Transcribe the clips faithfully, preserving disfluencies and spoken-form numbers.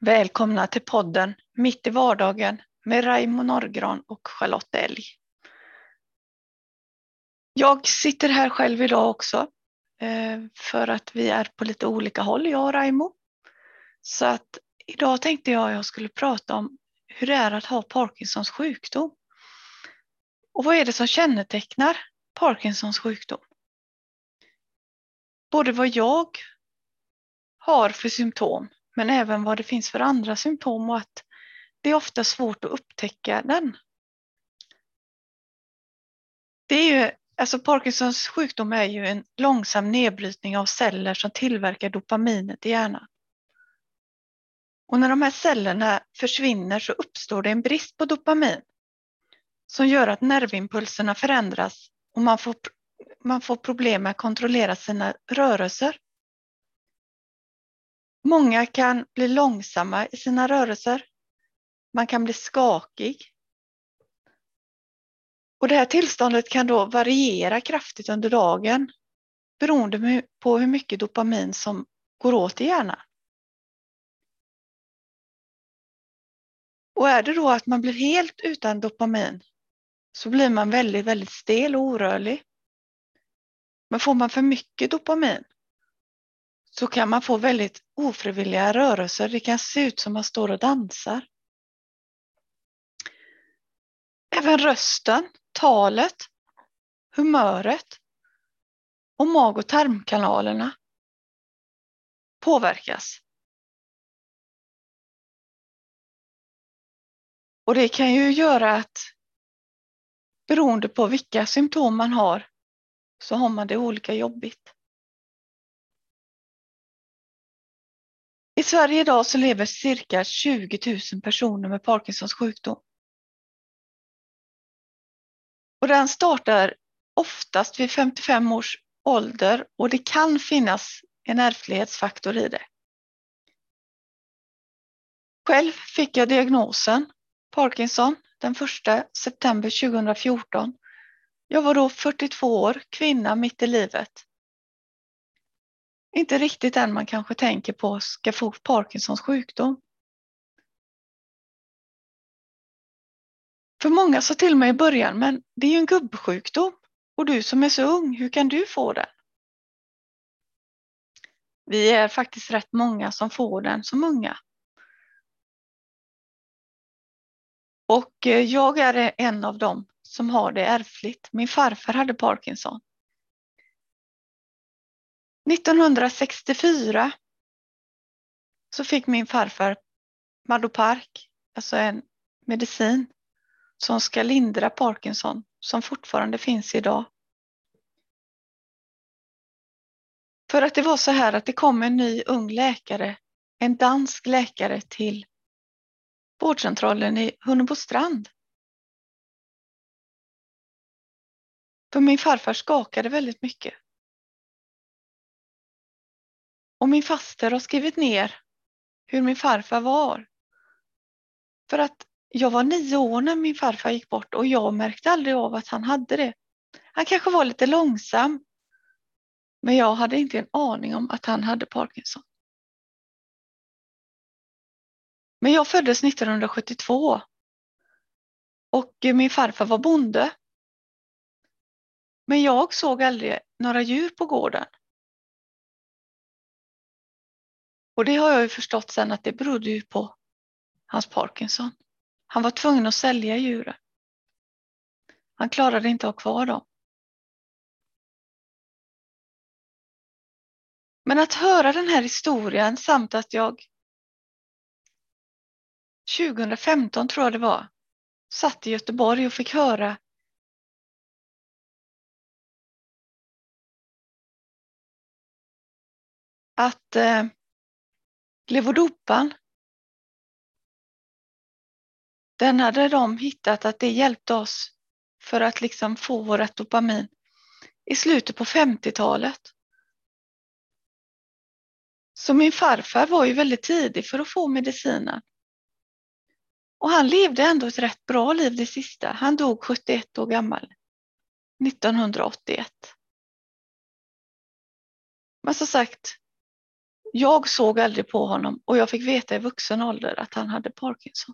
Välkomna till podden Mitt i vardagen med Raimo Norgran och Charlotte Elg. Jag sitter här själv idag också för att vi är på lite olika håll, jag och Raimo. Så att idag tänkte jag att jag skulle prata om hur det är att ha Parkinsons sjukdom. Och vad är det som kännetecknar Parkinsons sjukdom? Både vad jag har för symptom men även vad det finns för andra symptom och att det är ofta svårt att upptäcka den. Det är ju, alltså Parkinsons sjukdom är ju en långsam nedbrytning av celler som tillverkar dopaminet i hjärnan. Och när de här cellerna försvinner så uppstår det en brist på dopamin som gör att nervimpulserna förändras och man får, man får problem med att kontrollera sina rörelser. Många kan bli långsamma i sina rörelser. Man kan bli skakig. Och det här tillståndet kan då variera kraftigt under dagen beroende på hur mycket dopamin som går åt i hjärnan. Och är det då att man blir helt utan dopamin så blir man väldigt, väldigt stel och orörlig. Men får man för mycket dopamin så kan man få väldigt ofrivilliga rörelser. Det kan se ut som man står och dansar. Även rösten, talet, humöret och mag- och tarmkanalerna påverkas. Och det kan ju göra att beroende på vilka symptom man har så har man det olika jobbigt. I Sverige idag så lever cirka tjugo tusen personer med Parkinsons sjukdom. Och den startar oftast vid femtiofem års ålder och det kan finnas en ärftlighetsfaktor i det. Själv fick jag diagnosen Parkinson den första september tjugohundrafjorton. Jag var då fyrtiotvå år, kvinna mitt i livet. Inte riktigt den man kanske tänker på ska få Parkinsons sjukdom. För många sa till mig i början, men det är ju en gubbsjukdom. Och du som är så ung, hur kan du få den? Vi är faktiskt rätt många som får den som unga. Och jag är en av dem som har det ärftligt. Min farfar hade Parkinson. nittonhundrasextiofyra så fick min farfar Madopark, alltså en medicin som ska lindra Parkinson, som fortfarande finns idag. För att det var så här att det kom en ny ung läkare, en dansk läkare till vårdcentralen i Hunnebostrand. För min farfar skakade väldigt mycket. Och min faster har skrivit ner hur min farfar var. För att jag var nio år när min farfar gick bort och jag märkte aldrig av att han hade det. Han kanske var lite långsam. Men jag hade inte en aning om att han hade Parkinson. Men jag föddes nittonhundrasjuttiotvå. Och min farfar var bonde. Men jag såg aldrig några djur på gården. Och det har jag ju förstått sen att det berodde ju på hans Parkinson. Han var tvungen att sälja djuren. Han klarade inte att ha kvar dem. Men att höra den här historien samt att jag tjugohundrafemton tror jag det var, satt i Göteborg och fick höra att eh, levodopan, den hade de hittat att det hjälpte oss för att liksom få vårt dopamin i slutet på femtiotalet. Så min farfar var ju väldigt tidig för att få medicinen. Och han levde ändå ett rätt bra liv det sista. Han dog sjuttioett år gammal. nittonhundraåttioett. Men som sagt, Jag såg aldrig på honom och jag fick veta i vuxen ålder att han hade Parkinson.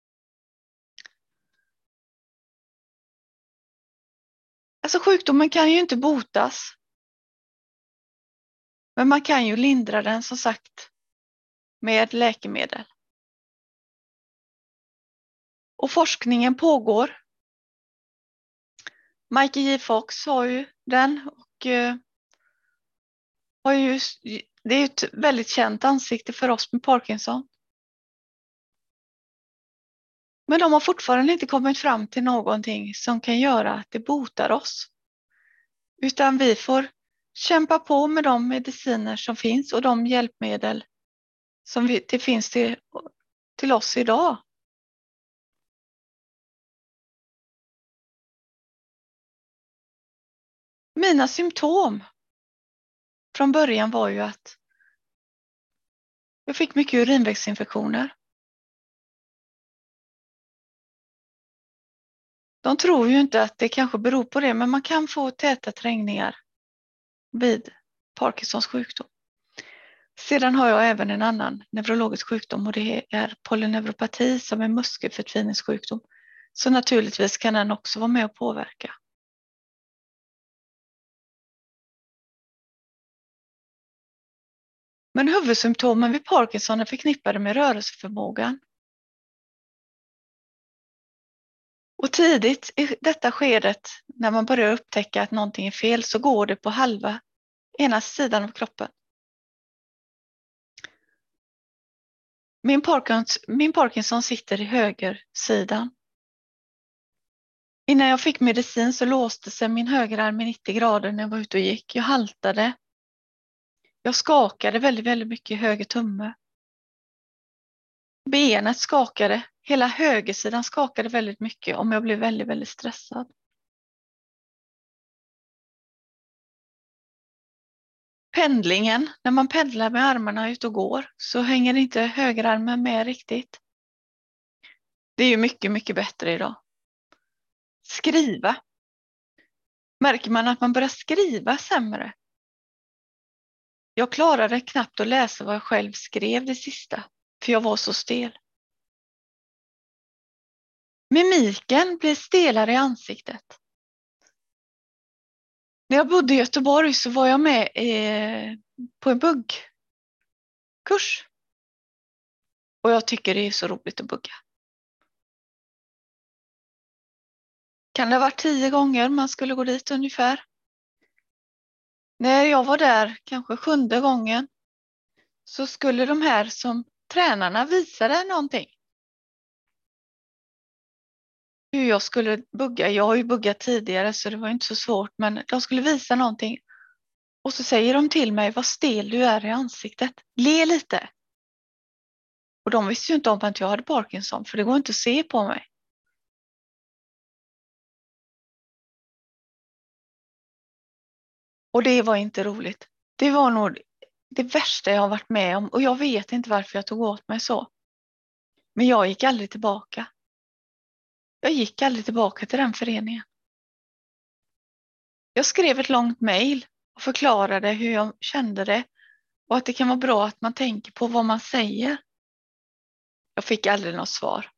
Alltså sjukdomen kan ju inte botas. Men man kan ju lindra den som sagt med läkemedel. Och forskningen pågår. Michael J. Fox har ju den och eh, har ju, det är ett väldigt känt ansikte för oss med Parkinson. Men de har fortfarande inte kommit fram till någonting som kan göra att det botar oss. Utan vi får kämpa på med de mediciner som finns och de hjälpmedel som vi, det finns till, till oss idag. Mina symptom från början var ju att jag fick mycket urinvägsinfektioner. De tror ju inte att det kanske beror på det, men man kan få täta trängningar vid Parkinsons sjukdom. Sedan har jag även en annan neurologisk sjukdom och det är polyneuropati som är muskelförtviningssjukdom. Så naturligtvis kan den också vara med och påverka. Men huvudsymptomen vid Parkinson är förknippade med rörelseförmågan. Och tidigt i detta skedet, när man börjar upptäcka att någonting är fel, så går det på halva ena sidan av kroppen. Min Parkinson, min Parkinson sitter i höger sidan. Innan jag fick medicin så låste sig min högerarm i nittio grader när jag var ute och gick. Jag haltade. Jag skakade väldigt, väldigt mycket i höger tumme. Benet skakade. Hela högersidan skakade väldigt mycket om jag blev väldigt, väldigt stressad. Pendlingen, när man pendlar med armarna ut och går så hänger inte högerarmen med riktigt. Det är ju mycket, mycket bättre idag. Skriva. Märker man att man börjar skriva sämre? Jag klarade knappt att läsa vad jag själv skrev det sista, för jag var så stel. Mimiken blir stelare i ansiktet. När jag bodde i Göteborg så var jag med eh, på en buggkurs. Och jag tycker det är så roligt att bugga. Kan det ha varit tio gånger man skulle gå dit ungefär? När jag var där, kanske sjunde gången, så skulle de här som tränarna visade någonting. Hur jag skulle bugga. Jag har ju buggat tidigare så det var inte så svårt, men de skulle visa någonting. Och så säger de till mig, vad stel du är i ansiktet. Le lite. Och de visste ju inte om att jag hade Parkinson, för det går inte att se på mig. Och det var inte roligt. Det var nog det värsta jag har varit med om. Och jag vet inte varför jag tog åt mig så. Men jag gick aldrig tillbaka. Jag gick aldrig tillbaka till den föreningen. Jag skrev ett långt mejl och förklarade hur jag kände det. Och att det kan vara bra att man tänker på vad man säger. Jag fick aldrig något svar.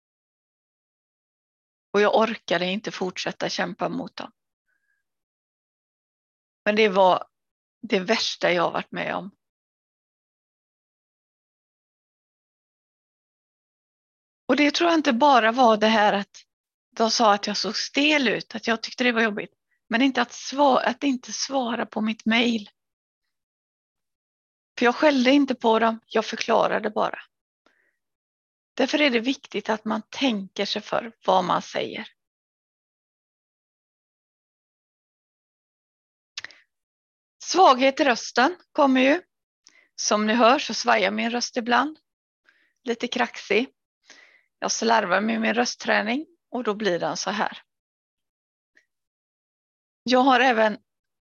Och jag orkade inte fortsätta kämpa mot dem. Men det var det värsta jag har varit med om. Och det tror jag inte bara var det här att de sa att jag såg stel ut. Att jag tyckte det var jobbigt. Men inte att, svara, att inte svara på mitt mejl. För jag skällde inte på dem. Jag förklarade bara. Därför är det viktigt att man tänker sig för vad man säger. Svaghet i rösten kommer ju. Som ni hör så svajar min röst ibland. Lite kraxig. Jag slarvar med min röstträning och då blir den så här. Jag har även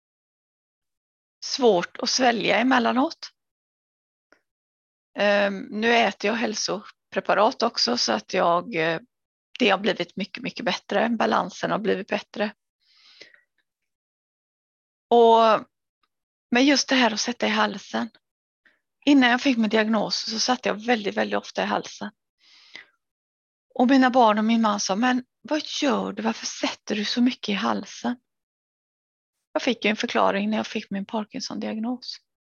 svårt att svälja emellanåt. Um, nu äter jag hälsopreparat också så att jag, det har blivit mycket, mycket bättre. Balansen har blivit bättre. Och men just det här att sätta i halsen. innan jag fick min diagnos så satt jag väldigt, väldigt ofta i halsen. Och mina barn och min man sa, men vad gör du? Varför sätter du så mycket i halsen? Jag fick ju en förklaring när jag fick min Parkinson-diagnos.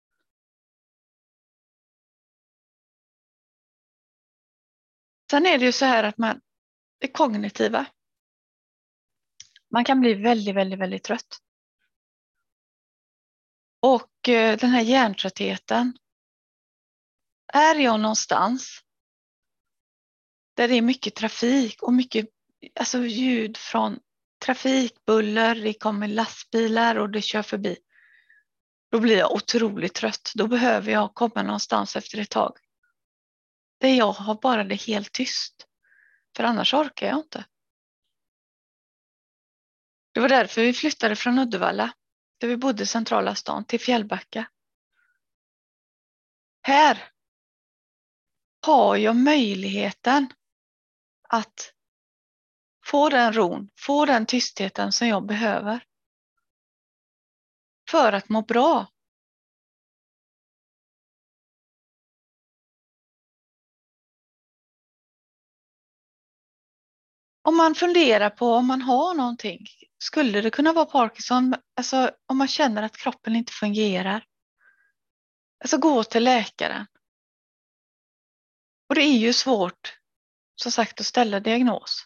Sen är det ju så här att man, det kognitiva, man kan bli väldigt, väldigt, väldigt trött. Och eh, den här hjärntröttheten, är jag någonstans där det är mycket trafik och mycket alltså ljud från trafikbuller, det kommer lastbilar och det kör förbi. Då blir jag otroligt trött. Då behöver jag komma någonstans efter ett tag. Där jag har bara det helt tyst. För annars orkar jag inte. Det var därför vi flyttade från Uddevalla, där vi bodde i centrala stan, till Fjällbacka. Här har jag möjligheten att få den ron, få den tystheten som jag behöver för att må bra. Om man funderar på om man har någonting, skulle det kunna vara Parkinson, alltså om man känner att kroppen inte fungerar. Alltså gå till läkaren. Och det är ju svårt, som sagt, att ställa diagnos.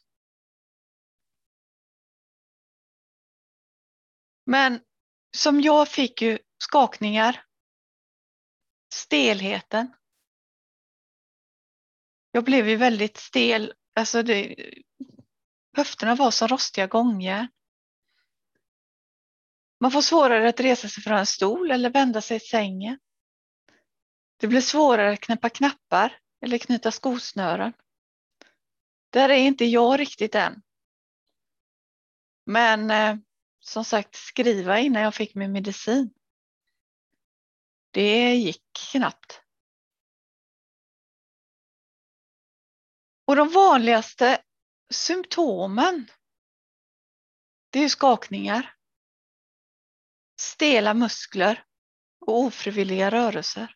Men som jag fick ju skakningar, stelheten. Jag blev ju väldigt stel, alltså det, höfterna var som rostiga gångjärn. Man får svårare att resa sig från en stol eller vända sig i sängen. Det blir svårare att knäppa knappar eller knyta skosnören. Där är inte jag riktigt än. Men eh, som sagt, skriva innan jag fick min medicin. Det gick knappt. Och de vanligaste symptomen, det är skakningar, stela muskler och ofrivilliga rörelser.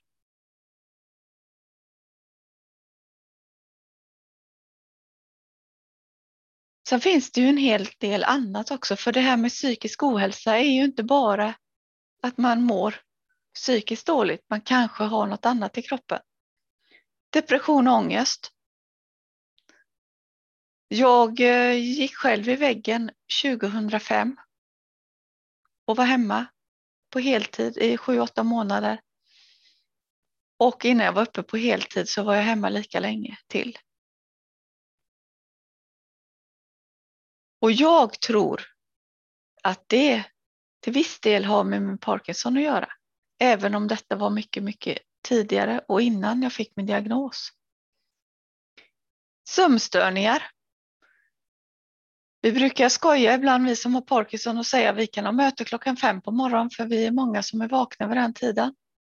Sen finns det ju en hel del annat också, för det här med psykisk ohälsa är ju inte bara att man mår psykiskt dåligt, man kanske har något annat i kroppen. Depression och ångest. Jag gick själv i väggen tjugohundrafem och var hemma på heltid i sju åtta månader. Och innan jag var uppe på heltid så var jag hemma lika länge till. Och jag tror att det till viss del har med min Parkinson att göra. Även om detta var mycket, mycket tidigare och innan jag fick min diagnos. Sömnstörningar. Vi brukar skoja ibland, vi som har Parkinson, och säga att vi kan ha möte klockan fem på morgonen för vi är många som är vakna vid den tiden.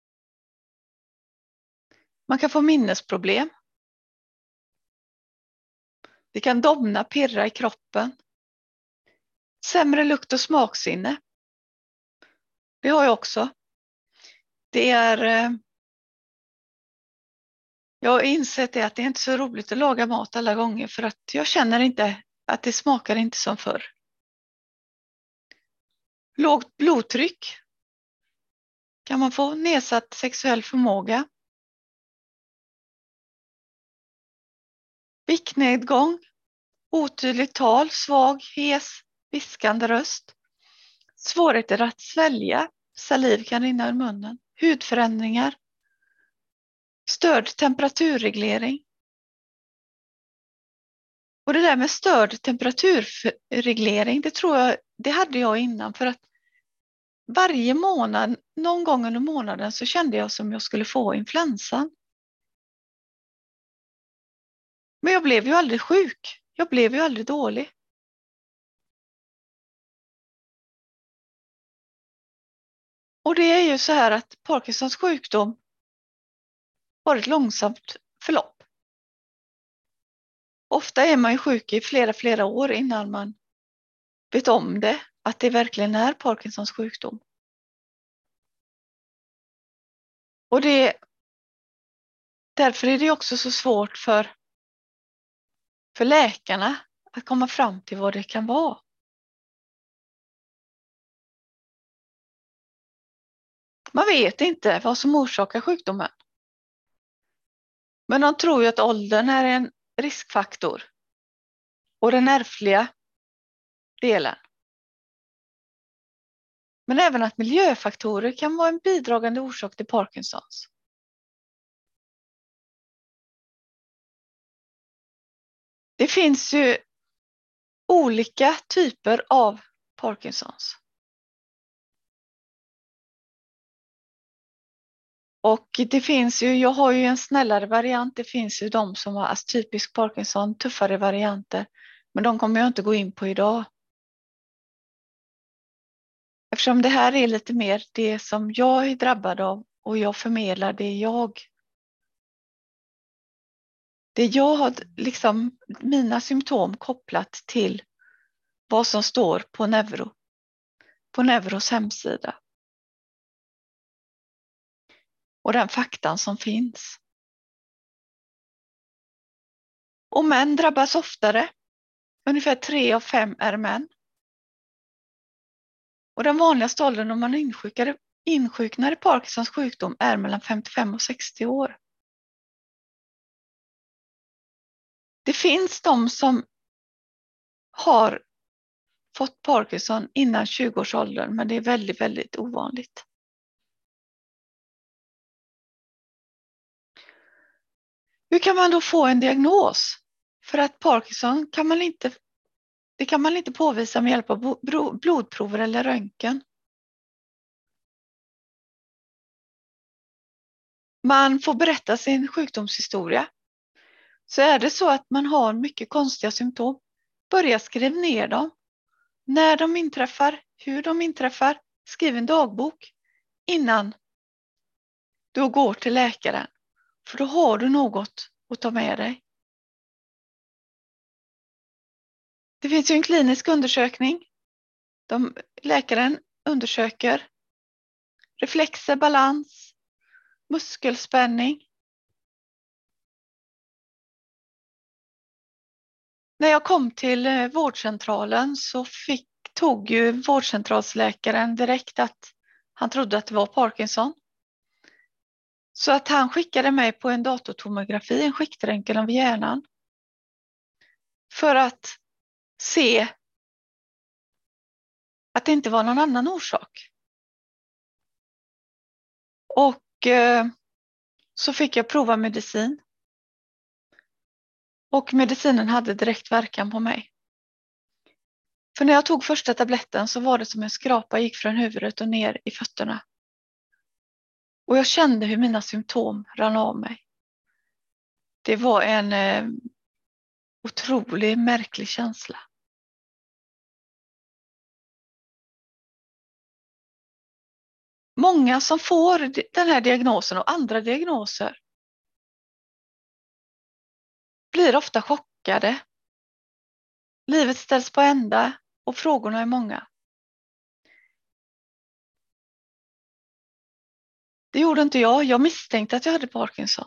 Man kan få minnesproblem. Det kan domna, pirra i kroppen. Sämre lukt- och smaksinne. Det har jag också. Det är... Jag har insett det att det är inte så roligt att laga mat alla gånger för att jag känner inte att det smakar inte som förr. Lågt blodtryck. Kan man få nedsatt sexuell förmåga. Viktnedgång. Otydligt tal, svag, hes, viskande röst. Svårigheter att svälja. Saliv kan rinna ur munnen. Hudförändringar. Störd temperaturreglering. Och det där med störd temperaturreglering, det tror jag, det hade jag innan, för att varje månad, någon gång under månaden, så kände jag som jag skulle få influensan. Men jag blev ju aldrig sjuk. Jag blev ju aldrig dålig. Och det är ju så här att Parkinsons sjukdom har ett långsamt förlopp. Ofta är man ju sjuk i flera, flera år innan man vet om det, att det verkligen är Parkinsons sjukdom. Och det, Därför är det också så svårt för, för läkarna att komma fram till vad det kan vara. Man vet inte vad som orsakar sjukdomen. Men de tror ju att åldern är en riskfaktor. Och den ärftliga delen. Men även att miljöfaktorer kan vara en bidragande orsak till Parkinsons. Det finns ju olika typer av Parkinsons. Och det finns ju, jag har ju en snällare variant, det finns ju de som har atypisk Parkinson, tuffare varianter. Men de kommer jag inte gå in på idag. Eftersom det här är lite mer det som jag är drabbad av och jag förmedlar det jag. Det jag har liksom mina symptom kopplat till vad som står på Neuro. På Neuros hemsida. Och den faktan som finns. Och män drabbas oftare. Ungefär tre av fem är män. Och den vanligaste åldern om man insjuknar, insjuknar i Parkinsons sjukdom är mellan femtiofem och sextio år. Det finns de som har fått Parkinson innan tjugo-årsåldern, men det är väldigt, väldigt ovanligt. Hur kan man då få en diagnos? För att Parkinson kan man inte, det kan man inte påvisa med hjälp av blodprover eller röntgen. Man får berätta sin sjukdomshistoria. Så är det så att man har mycket konstiga symptom, börja skriva ner dem. När de inträffar, hur de inträffar, skriv en dagbok innan du går till läkaren. För då har du något att ta med dig. Det finns ju en klinisk undersökning. De, läkaren undersöker reflexer, balans, muskelspänning. När jag kom till vårdcentralen så fick, tog ju vårdcentralsläkaren direkt att han trodde att det var Parkinson. Så att han skickade mig på en datortomografi, en skiktröntgen av hjärnan. För att se att det inte var någon annan orsak. Och eh, så fick jag prova medicin. Och medicinen hade direkt verkan på mig. För när jag tog första tabletten så var det som en skrapa gick från huvudet och ner i fötterna. Och jag kände hur mina symptom rann av mig. Det var en eh, otroligt märklig känsla. Många som får den här diagnosen och andra diagnoser blir ofta chockade. Livet ställs på ända och frågorna är många. Det gjorde inte jag. Jag misstänkte att jag hade Parkinson.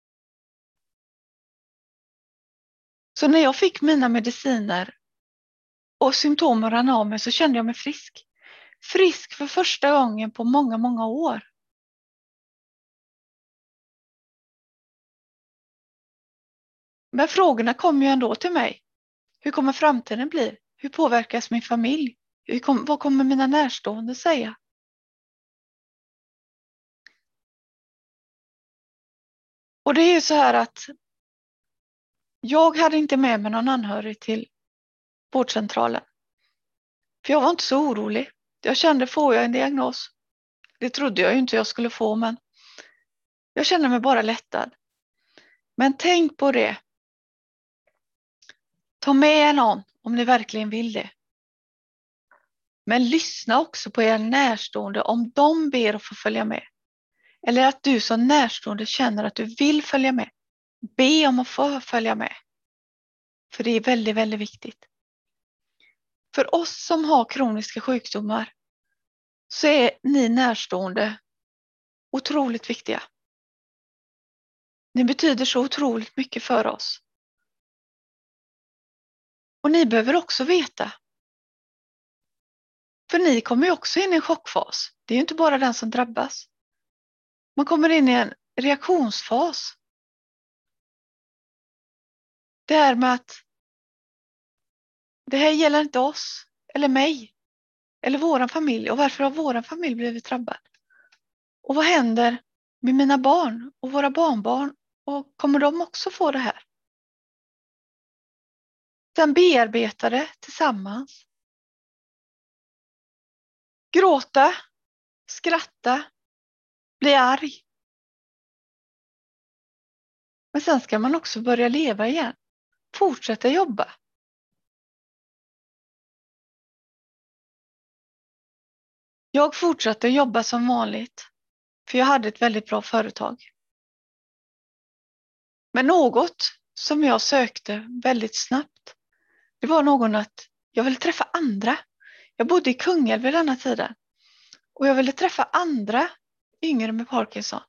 Så när jag fick mina mediciner och symptomen rann av mig så kände jag mig frisk. Frisk för första gången på många, många år. Men frågorna kom ju ändå till mig. Hur kommer framtiden bli? Hur påverkas min familj? Hur kom, vad kommer mina närstående säga? Och det är ju så här att jag hade inte med mig någon anhörig till vårdcentralen. För jag var inte så orolig. Jag kände, får jag en diagnos? Det trodde jag ju inte jag skulle få, men jag kände mig bara lättad. Men tänk på det. Ta med någon om ni verkligen vill det. Men lyssna också på er närstående om de ber att få följa med. Eller att du som närstående känner att du vill följa med. Be om att få följa med. För det är väldigt, väldigt viktigt. För oss som har kroniska sjukdomar så är ni närstående otroligt viktiga. Ni betyder så otroligt mycket för oss. Och ni behöver också veta. För ni kommer ju också in i en chockfas. Det är ju inte bara den som drabbas. Man kommer in i en reaktionsfas. Det är med att det här gäller inte oss eller mig eller våran familj. Och varför har våran familj blivit drabbad? Och vad händer med mina barn och våra barnbarn? Och kommer de också få det här? Sen bearbeta det tillsammans. Gråta, skratta, bli arg. Men sen ska man också börja leva igen. Fortsätta jobba. Jag fortsatte jobba som vanligt. För jag hade ett väldigt bra företag. Men något som jag sökte väldigt snabbt. Det var någon att jag ville träffa andra. Jag bodde i Kungälv vid denna tiden. Och jag ville träffa andra yngre med Parkinson.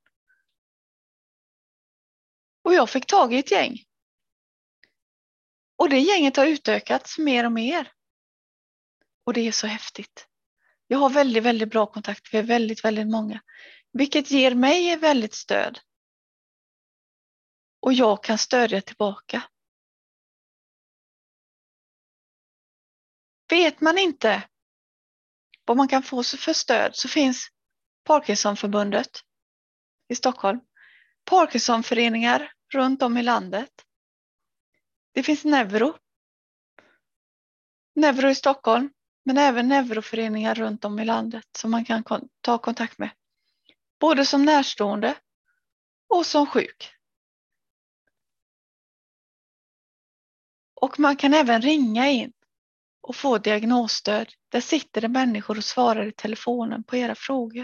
Och jag fick tag i ett gäng. Och det gänget har utökats mer och mer. Och det är så häftigt. Jag har väldigt, väldigt bra kontakt med väldigt, väldigt många. Vilket ger mig väldigt stöd. Och jag kan stödja tillbaka. Vet man inte vad man kan få för stöd så finns Parkinsonförbundet i Stockholm. Parkinsonföreningar runt om i landet. Det finns Neuro. Neuro i Stockholm. Men även neuroföreningar runt om i landet som man kan kon- ta kontakt med. Både som närstående och som sjuk. Och man kan även ringa in och få diagnosstöd. Där sitter det människor och svarar i telefonen på era frågor.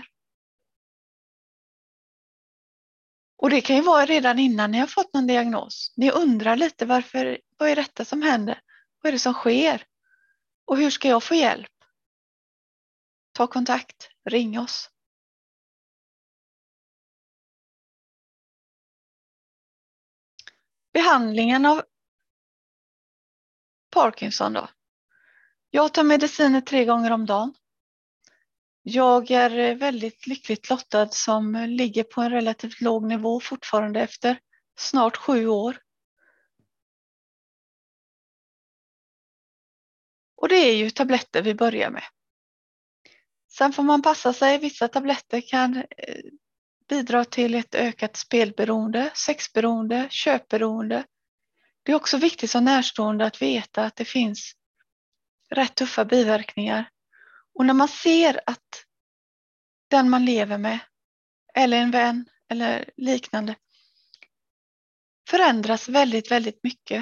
Och det kan ju vara redan innan ni har fått någon diagnos. Ni undrar lite varför, vad är detta som händer? Vad är det som sker? Och hur ska jag få hjälp? Ta kontakt, ring oss. Behandlingen av Parkinson då. Jag tar mediciner tre gånger om dagen. Jag är väldigt lyckligt lottad som ligger på en relativt låg nivå fortfarande efter snart sju år. Och det är ju tabletter vi börjar med. Sen får man passa sig. Vissa tabletter kan bidra till ett ökat spelberoende, sexberoende, köpberoende. Det är också viktigt som närstående att veta att det finns rätt tuffa biverkningar. Och när man ser att den man lever med eller en vän eller liknande förändras väldigt, väldigt mycket.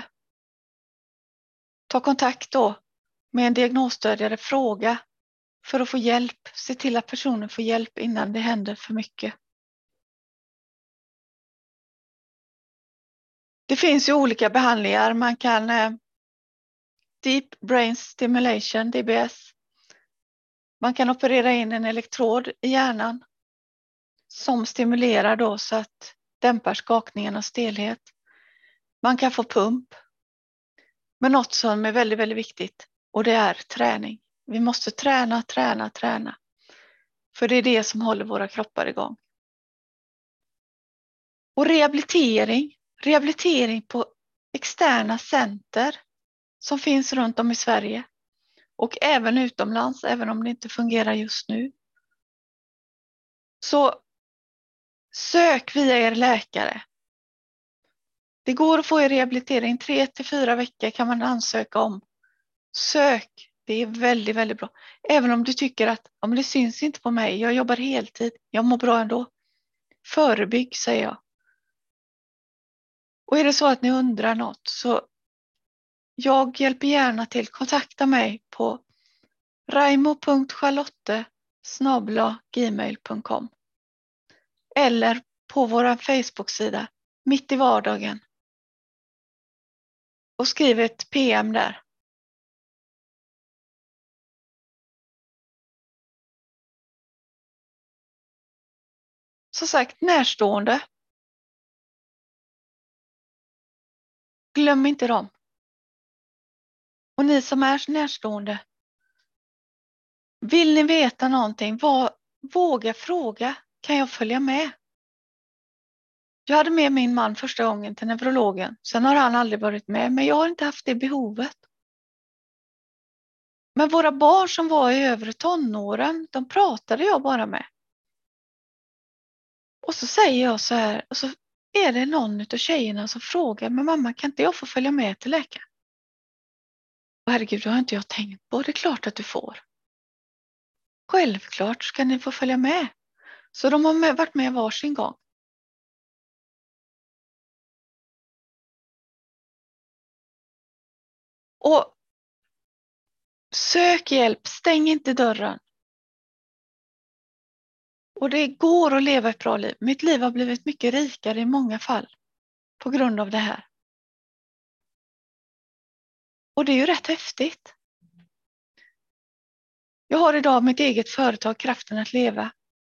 Ta kontakt då med en diagnosstödjare, fråga för att få hjälp. Se till att personen får hjälp innan det händer för mycket. Det finns ju olika behandlingar. Man kan eh, Deep Brain Stimulation, D B S. Man kan operera in en elektrod i hjärnan som stimulerar då så att dämpar skakningen och stelhet. Man kan få pump. Men något som är väldigt, väldigt viktigt och det är träning. Vi måste träna, träna, träna. För det är det som håller våra kroppar igång. Och rehabilitering. Rehabilitering på externa center som finns runt om i Sverige. Och även utomlands, även om det inte fungerar just nu. Så sök via er läkare. Det går att få er rehabilitering. Tre till fyra veckor kan man ansöka om. Sök. Det är väldigt, väldigt bra. Även om du tycker att ja, men det syns inte på mig. Jag jobbar heltid. Jag mår bra ändå. Förebygg, säger jag. Och är det så att ni undrar något så jag hjälper gärna till. Kontakta mig på raimo punkt charlotte snabel-a gmail punkt com eller på vår Facebook-sida Mitt i vardagen. Och skriv ett P M där. Som sagt, närstående. glöm inte dem. Och ni som är närstående, vill ni veta någonting, var, våga fråga, kan jag följa med? Jag hade med min man första gången till neurologen. Sen har han aldrig varit med, men jag har inte haft det behovet. Men våra barn som var i övre tonåren, de pratade jag bara med. Och så säger jag så här, och så är det någon av tjejerna som frågar, men mamma, kan inte jag få följa med till läkaren? Och herregud, det har inte jag tänkt på. Det är klart att du får. Självklart ska ni få följa med. Så de har med, varit med varsin gång. Och sök hjälp, stäng inte dörren. Och det går att leva ett bra liv. Mitt liv har blivit mycket rikare i många fall på grund av det här. Och det är ju rätt häftigt. Jag har idag mitt eget företag, Kraften att leva.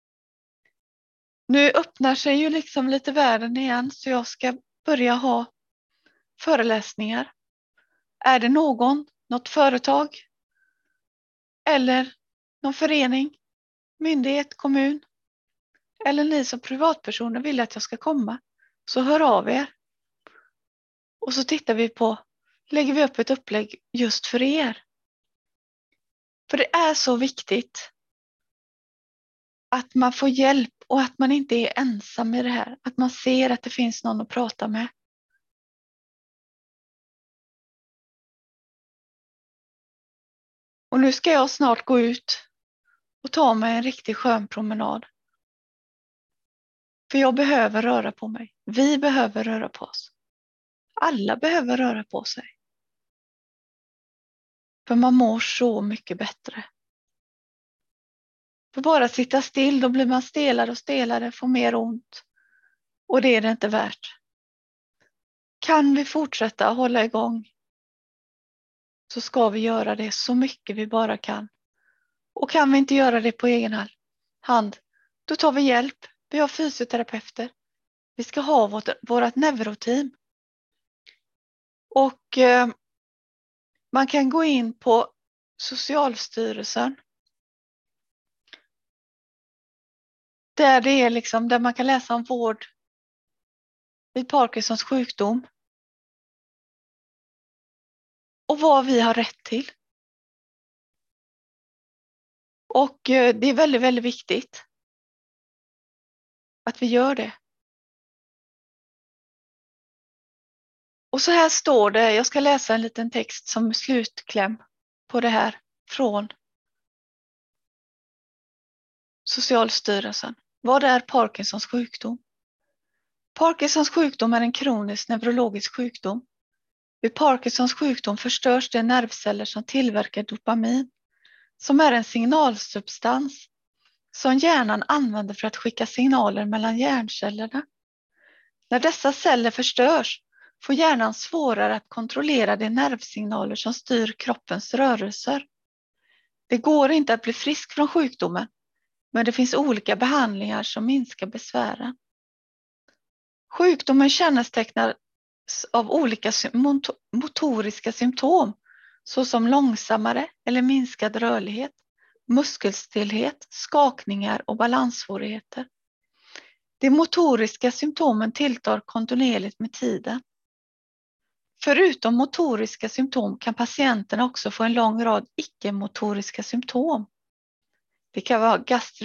Nu öppnar sig ju liksom lite världen igen, så jag ska börja ha föreläsningar. Är det någon, något företag eller någon förening, myndighet, kommun eller ni som privatpersoner vill att jag ska komma, så hör av er. Och så tittar vi på, lägger vi upp ett upplägg just för er. För det är så viktigt att man får hjälp och att man inte är ensam i det här. Att man ser att det finns någon att prata med. Och nu ska jag snart gå ut och ta mig en riktig skön promenad. För jag behöver röra på mig. Vi behöver röra på oss. Alla behöver röra på sig. För man mår så mycket bättre. För bara sitta still, då blir man stelare och stelare, får mer ont. Och det är det inte värt. Kan vi fortsätta hålla igång, så ska vi göra det så mycket vi bara kan. Och kan vi inte göra det på egen hand, då tar vi hjälp. Vi har fysioterapeuter. Vi ska ha vårt, vårt neuroteam. Och eh, man kan gå in på Socialstyrelsen. Där det är liksom, där man kan läsa om vård vid Parkinsons sjukdom. Och vad vi har rätt till. Och eh, det är väldigt, väldigt viktigt att vi gör det. Och så här står det, jag ska läsa en liten text som slutkläm på det här från Socialstyrelsen. Vad är Parkinsons sjukdom? Parkinsons sjukdom är en kronisk neurologisk sjukdom. Vid Parkinsons sjukdom förstörs de nervceller som tillverkar dopamin, som är en signalsubstans som hjärnan använder för att skicka signaler mellan hjärncellerna. När dessa celler förstörs får hjärnan svårare att kontrollera de nervsignaler som styr kroppens rörelser. Det går inte att bli frisk från sjukdomen, men det finns olika behandlingar som minskar besvären. Sjukdomen kännetecknas av olika motoriska symptom, såsom långsammare eller minskad rörlighet, muskelstillhet, skakningar och balanssvårigheter. De motoriska symptomen tilltar kontinuerligt med tiden. Förutom motoriska symptom kan patienten också få en lång rad icke-motoriska symptom. Det kan vara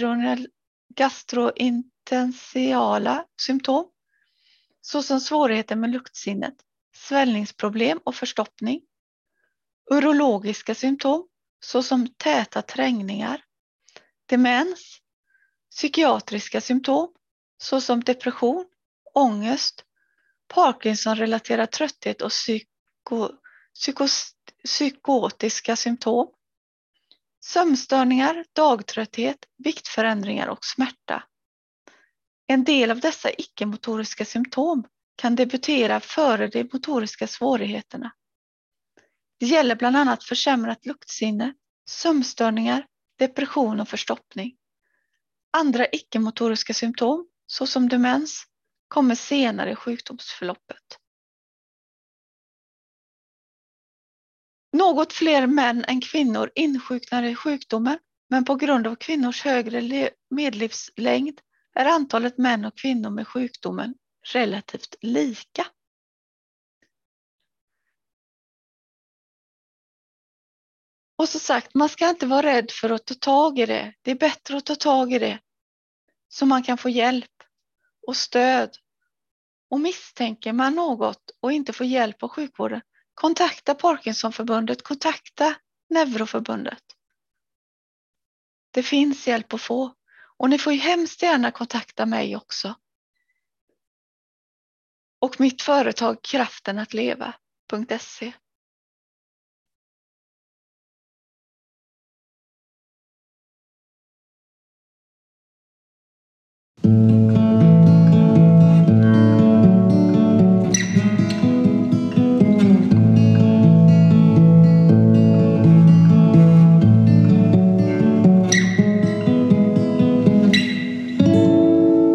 gastrointestinala symptom, såsom svårigheter med luktsinnet, svällningsproblem och förstoppning. Urologiska symptom, såsom täta trängningar, demens, psykiatriska symptom, såsom depression, ångest, Parkinson-relaterad trötthet och psyko, psykos, psykotiska symptom, sömnstörningar, dagtrötthet, viktförändringar och smärta. En del av dessa icke-motoriska symptom kan debutera före de motoriska svårigheterna. Det gäller bland annat försämrat luktsinne, sömnstörningar, depression och förstoppning. Andra icke-motoriska symptom, såsom demens, kommer senare i sjukdomsförloppet. Något fler män än kvinnor insjuknar i sjukdomen, men på grund av kvinnors högre medellivslängd är antalet män och kvinnor med sjukdomen relativt lika. Och så sagt, man ska inte vara rädd för att ta tag i det. Det är bättre att ta tag i det så man kan få hjälp och stöd. Och misstänker man något och inte får hjälp av sjukvården, kontakta Parkinsonförbundet, kontakta Neuroförbundet. Det finns hjälp att få. Och ni får ju hemskt gärna kontakta mig också. Och mitt företag kraften att leva punkt se.